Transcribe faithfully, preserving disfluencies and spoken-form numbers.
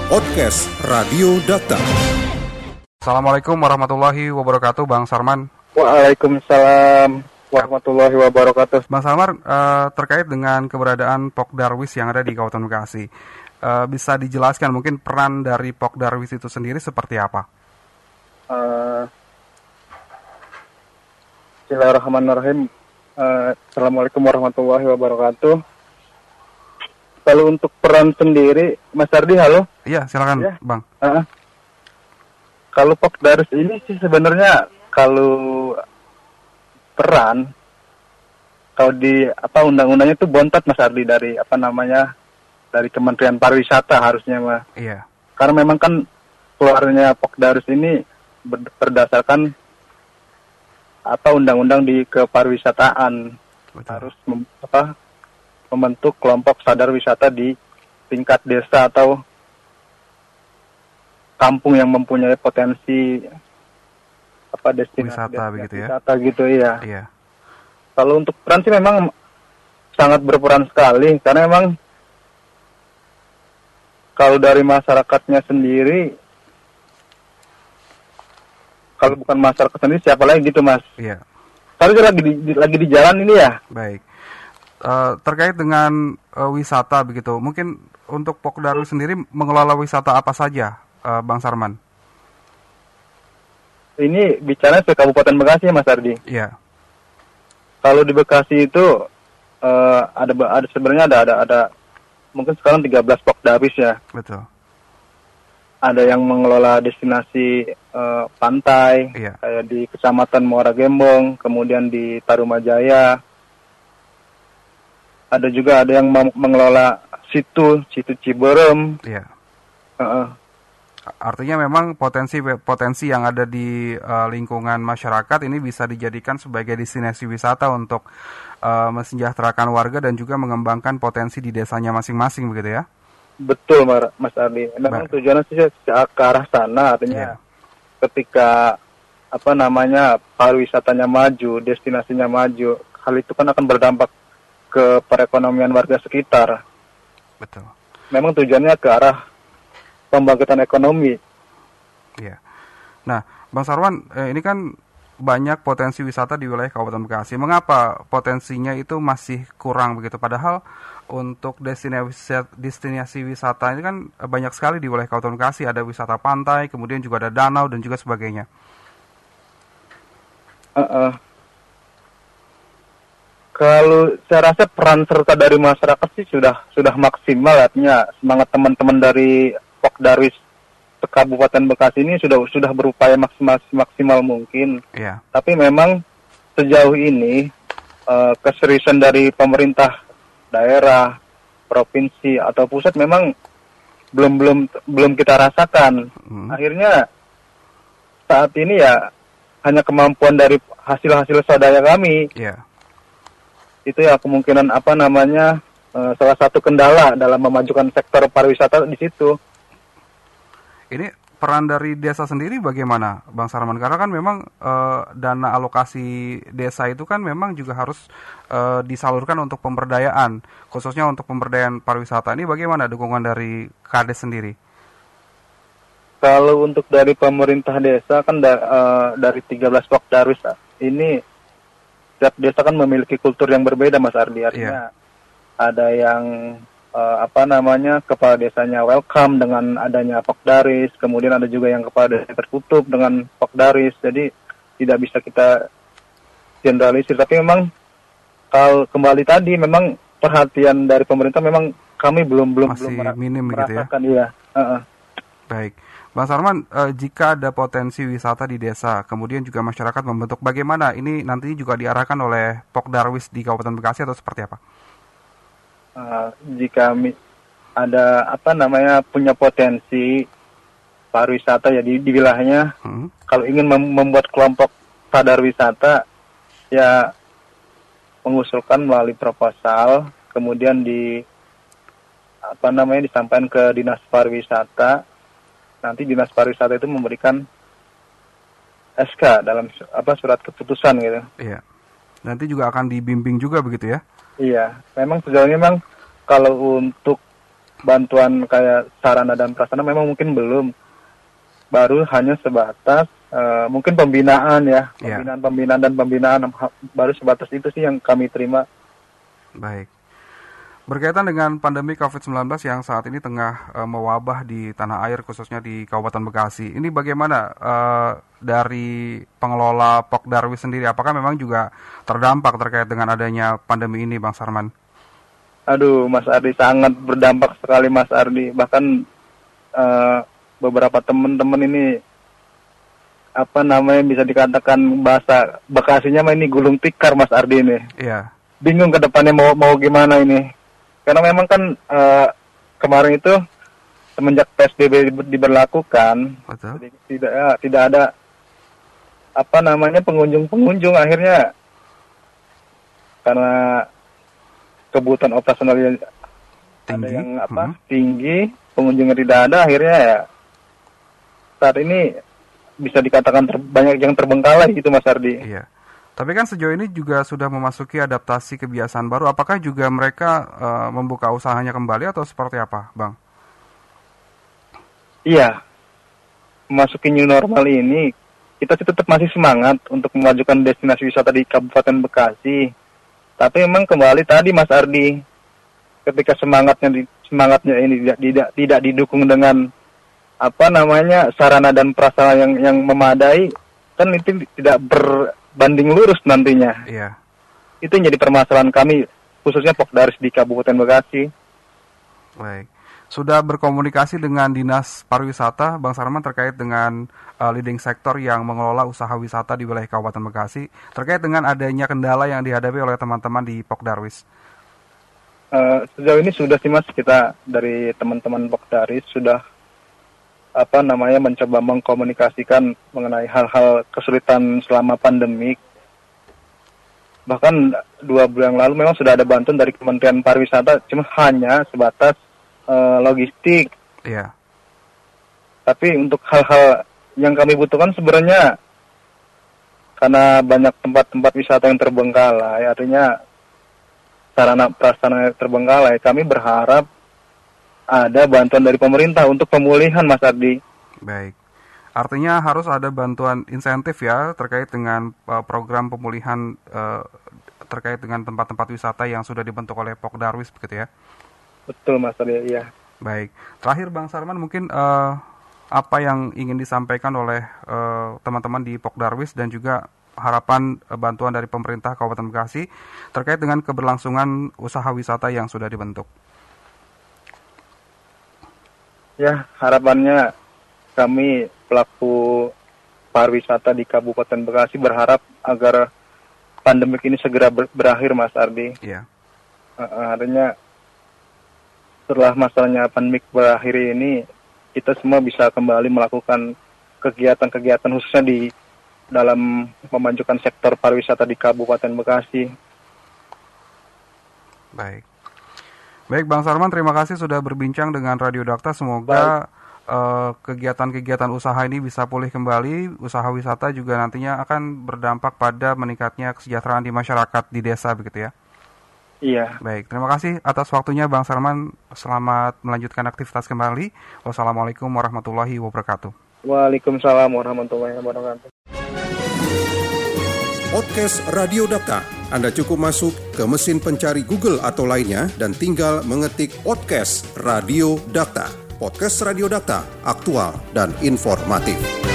Podcast Radio Data. Assalamualaikum warahmatullahi wabarakatuh, Bang Sarman. Waalaikumsalam warahmatullahi wabarakatuh. Bang Sarman, uh, terkait dengan keberadaan Pokdarwis yang ada di Kabupaten Bekasi, uh, bisa dijelaskan mungkin peran dari Pokdarwis itu sendiri seperti apa? Uh, Bismillahirrahmanirrahim. Uh, Assalamualaikum warahmatullahi wabarakatuh. Kalau untuk peran sendiri, Mas Ardi, halo? Iya, silakan, ya. Bang. Uh, kalau Pokdarwis ini sih sebenarnya kalau peran, kalau di apa undang-undangnya itu bontot, Mas Ardi, dari apa namanya dari Kementerian Pariwisata harusnya, Mas. Iya. Karena memang kan keluarnya Pokdarwis ini berdasarkan apa undang-undang di kepariwisataan. Betul. Harus mem, apa membentuk kelompok sadar wisata di tingkat desa atau kampung yang mempunyai potensi apa destinasi wisata destinasi begitu ya. Wisata gitu ya. Iya. Kalau untuk peran sih memang sangat berperan sekali karena memang kalau dari masyarakatnya sendiri, kalau bukan masyarakat sendiri siapa lagi gitu, Mas? Iya. Kalau lagi di, lagi di jalan ini ya. Baik. Uh, terkait dengan uh, wisata begitu, mungkin untuk Pokdarwis sendiri mengelola wisata apa saja, uh, Bang Sarman? Ini bicara ke Kabupaten Bekasi, Mas Ardi. Iya. Kalau di Bekasi itu uh, ada ada sebenarnya ada ada ada mungkin sekarang tiga belas Pokdarwis ya. Betul. Ada yang mengelola destinasi uh, pantai, iya. kayak di Kecamatan Muara Gembong, kemudian di Tarumajaya. Ada juga ada yang mengelola situ, situ Ciberem. Iya. Uh-uh. Artinya memang potensi-potensi yang ada di uh, lingkungan masyarakat ini bisa dijadikan sebagai destinasi wisata untuk uh, mensejahterakan warga dan juga mengembangkan potensi di desanya masing-masing begitu ya? Betul, Mas Ardi. Memang tujuannya sih ke arah sana, artinya yeah. ketika apa namanya pariwisatanya maju, destinasinya maju, hal itu kan akan berdampak ke perekonomian warga sekitar. Betul. Memang tujuannya ke arah pembangkitan ekonomi. Iya. Nah, Bang Sarwan, eh, ini kan banyak potensi wisata di wilayah Kabupaten Bekasi. Mengapa potensinya itu masih kurang begitu? Padahal untuk destinasi destinasi wisata ini kan banyak sekali di wilayah Kabupaten Bekasi. Ada wisata pantai, kemudian juga ada danau dan juga sebagainya. Uh-uh. Kalau saya rasa peran serta dari masyarakat sih sudah sudah maksimal, artinya semangat teman-teman dari Pokdarwis Kabupaten Bekasi ini sudah sudah berupaya maksimal maksimal mungkin. Yeah. Tapi memang sejauh ini uh, keseriusan dari pemerintah daerah, provinsi atau pusat memang belum belum belum kita rasakan. Hmm. Akhirnya saat ini ya hanya kemampuan dari hasil-hasil swadaya kami. Yeah. Itu ya kemungkinan apa namanya uh, salah satu kendala dalam memajukan sektor pariwisata di situ. Ini peran dari desa sendiri bagaimana, Bang Sarman? Karena kan memang uh, dana alokasi desa itu kan memang juga harus uh, disalurkan untuk pemberdayaan, khususnya untuk pemberdayaan pariwisata. Ini bagaimana dukungan dari Kades sendiri? Kalau untuk dari pemerintah desa kan da- uh, dari tiga belas Pokdarwis ini setiap desa kan memiliki kultur yang berbeda, Mas Ardi. Artinya yeah. ada yang uh, apa namanya kepala desanya welcome dengan adanya Pokdarwis, kemudian ada juga yang kepala desa tertutup dengan Pokdarwis. Jadi tidak bisa kita generalisir. Tapi memang kalau kembali tadi memang perhatian dari pemerintah memang kami belum belum masih belum minim merasakan gitu ya. Uh-uh. Baik. Bang Sarman, eh, jika ada potensi wisata di desa, kemudian juga masyarakat membentuk, bagaimana ini nanti juga diarahkan oleh Pokdarwis di Kabupaten Bekasi atau seperti apa? Uh, jika mi- ada apa namanya punya potensi pariwisata ya di, di wilayahnya, hmm. kalau ingin mem- membuat kelompok sadar wisata, ya mengusulkan melalui proposal, kemudian di apa namanya disampaikan ke Dinas Pariwisata. Nanti Dinas Pariwisata itu memberikan S K dalam apa surat keputusan gitu. Iya. Nanti juga akan dibimbing juga begitu ya? Iya. Memang sejauh ini memang kalau untuk bantuan kayak sarana dan prasarana memang mungkin belum. Baru hanya sebatas uh, mungkin pembinaan ya, pembinaan, yeah. pembinaan dan pembinaan baru sebatas itu sih yang kami terima. Baik. Berkaitan dengan pandemi covid sembilan belas yang saat ini tengah uh, mewabah di tanah air, khususnya di Kabupaten Bekasi, ini bagaimana uh, dari pengelola Pok Darwis sendiri? Apakah memang juga terdampak terkait dengan adanya pandemi ini, Bang Sarman? Aduh, Mas Ardi, sangat berdampak sekali, Mas Ardi. Bahkan uh, beberapa teman-teman ini, apa namanya, bisa dikatakan bahasa Bekasinya mah ini gulung tikar, Mas Ardi ini. Iya. Bingung ke depannya mau mau gimana ini. Karena memang kan uh, kemarin itu semenjak P S B B diberlakukan, jadi tidak ya, tidak ada apa namanya pengunjung-pengunjung, akhirnya karena kebutuhan operasional yang tinggi, ada yang apa hmm. tinggi, pengunjungnya tidak ada, akhirnya ya saat ini bisa dikatakan ter, banyak yang terbengkalai gitu, Mas Ardi. Iya. Tapi kan sejauh ini juga sudah memasuki adaptasi kebiasaan baru. Apakah juga mereka uh, membuka usahanya kembali atau seperti apa, Bang? Iya. Memasuki new normal ini, kita sih tetap masih semangat untuk memajukan destinasi wisata di Kabupaten Bekasi. Tapi memang kembali tadi, Mas Ardi, ketika semangatnya semangatnya ini tidak tidak tidak didukung dengan apa namanya sarana dan prasarana yang yang memadai, kan itu tidak ber banding lurus nantinya. Iya. Itu yang jadi permasalahan kami, khususnya Pokdaris di Kabupaten Bekasi. Baik. Sudah berkomunikasi dengan Dinas Pariwisata, Bang Sarman, terkait dengan uh, leading sektor yang mengelola usaha wisata di wilayah Kabupaten Bekasi, terkait dengan adanya kendala yang dihadapi oleh teman-teman di Pokdarwis? Uh, sejauh ini sudah sih, Mas, kita dari teman-teman Pokdaris sudah apa namanya mencoba mengkomunikasikan mengenai hal-hal kesulitan selama pandemik. Bahkan dua bulan lalu memang sudah ada bantuan dari Kementerian Pariwisata, cuma hanya sebatas uh, logistik. Iya. Tapi untuk hal-hal yang kami butuhkan sebenarnya karena banyak tempat-tempat wisata yang terbengkalai, artinya sarana prasarana terbengkalai, kami berharap ada bantuan dari pemerintah untuk pemulihan, Mas Ardi. Baik. Artinya harus ada bantuan insentif ya terkait dengan uh, program pemulihan uh, terkait dengan tempat-tempat wisata yang sudah dibentuk oleh Pokdarwis, begitu ya? Betul, Mas Ardi, iya. Baik. Terakhir, Bang Sarman, mungkin uh, apa yang ingin disampaikan oleh uh, teman-teman di Pokdarwis dan juga harapan uh, bantuan dari pemerintah Kabupaten Bekasi terkait dengan keberlangsungan usaha wisata yang sudah dibentuk? Ya, harapannya kami pelaku pariwisata di Kabupaten Bekasi berharap agar pandemik ini segera ber- berakhir, Mas Ardi. Iya. Uh, artinya setelah masalahnya pandemik berakhir ini, kita semua bisa kembali melakukan kegiatan-kegiatan khususnya di dalam memajukan sektor pariwisata di Kabupaten Bekasi. Baik. Baik, Bang Sarman, terima kasih sudah berbincang dengan Radio Dakta. Semoga uh, kegiatan-kegiatan usaha ini bisa pulih kembali. Usaha wisata juga nantinya akan berdampak pada meningkatnya kesejahteraan di masyarakat di desa, begitu ya? Iya. Baik, terima kasih atas waktunya, Bang Sarman. Selamat melanjutkan aktivitas kembali. Wassalamualaikum warahmatullahi wabarakatuh. Waalaikumsalam warahmatullahi wabarakatuh. Podcast Radio Dakta. Anda cukup masuk ke mesin pencari Google atau lainnya dan tinggal mengetik podcast Radio Dakta. Podcast Radio Dakta, aktual dan informatif.